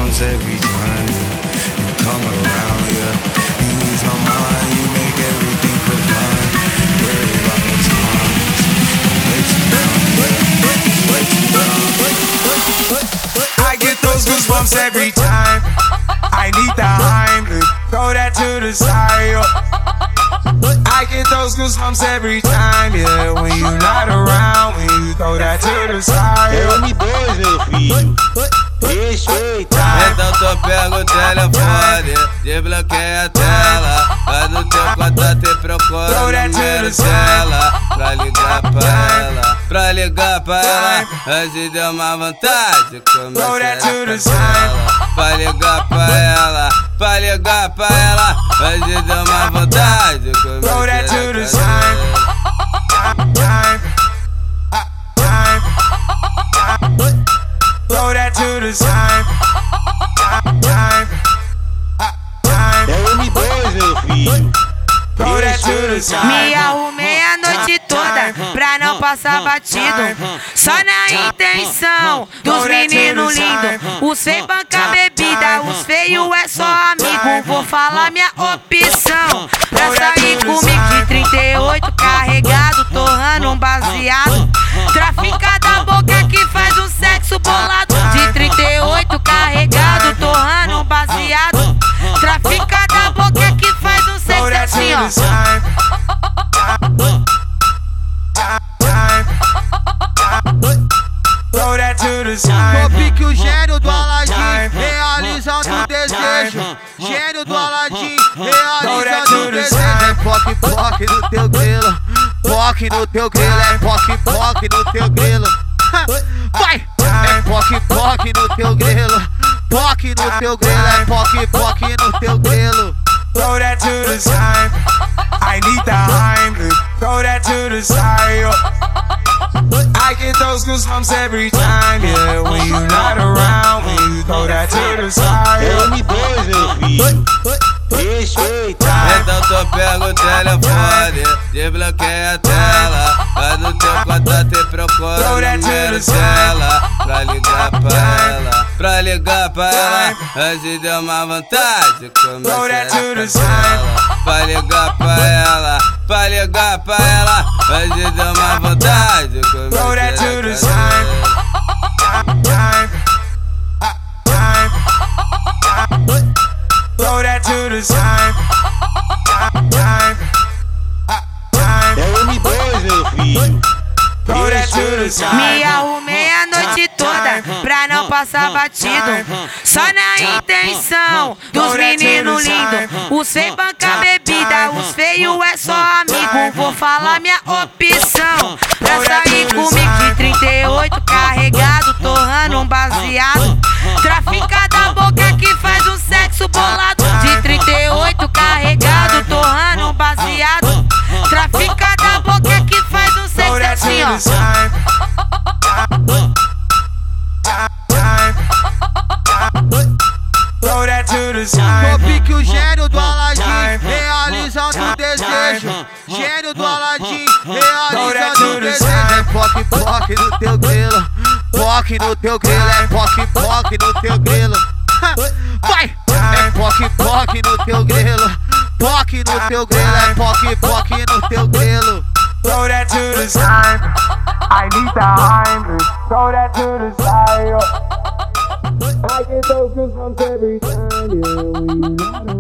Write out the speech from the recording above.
goosebumps every time you come around, yeah. You lose my mind, you make everything feel fine. Worry about the times, way too young, yeah. Way too young. I get those goosebumps every time. I need the Heimlich, throw that to the side, yeah. I get those goosebumps every time, yeah. When you're not around, when you throw that to the side, yeah. É M2, meu filho. Respeita. Então tu pega o telefone, desbloqueia a tela, vai no teu contato e procura o número dela, pra ligar pra ela, pra ligar pra ela. Hoje deu uma vontade, comecei a pra ligar pra ela, pra ligar pra ela. Hoje deu uma vontade, comecei throw that to the side. É M2, meu filho. Throw that to the side. Me arrumei a noite toda pra não passar batido, só na intenção dos meninos lindos. Os feios banca bebida, os feios é só amigo. Vou falar minha opção pra sair comigo de 38 carregado, torrando um baseado. Trafica da boca que faz um sexo bolado. De 38 carregado, torrando um baseado. Trafica da boca que faz um sexo assim, ó. Throw that to the side. Tô pique o gênio do Aladim, realizando o desejo. Gênio do Aladim, realizando o desejo. É poque, poque no teu grelo. Poque no teu grelo, é poque, poque no teu grelo. Vai! É poque, poque no teu grelo. Poque no teu grelo, é poque, poque no teu grelo. Throw that to the side. I need the Heimlich, throw that to the side, yeah. I get those goosebumps every time, yeah. When you're not around, when you throw that to the side, É yeah. M2, meu filho. Respeita. Então tu pega o telefone, desbloqueia a tela, vai no teu contato e procura o número dela, pra ligar pra ela, pra ligar pra ela. Hoje deu uma vontade, comecei a pra ligar pra ela, pra ligar pra ela. Hoje deu uma vontade, comecei throw that to the side. É M2, meu filho. Throw that to the side. Me arrumei a noite toda pra não passar batido, só na intenção dos meninos lindos. Os feios banca bebida, os feios é só amigo. Vou falar minha opção pra sair comigo de 38 carregado, torrando um baseado. Trafica da boca que faz um sexo bolado. De 38 carregado, torrando um baseado. Trafica da boca que faz um sexo assim, ó. Throw that to the side. Tô pique o gênio do Aladim, realizando o desejo. Gênio do Aladim, realizando o desejo. É poque, poque no teu grelo. Poque no teu grelo, é poque, poque no teu grelo. Vai! É poque, poque no teu grelo. Poque no teu grelo, é poque, poque no teu grelo. Throw that to the side. I need the Heimlich, throw that to the side, yeah. I get those goosebumps every time, yeah. When you're not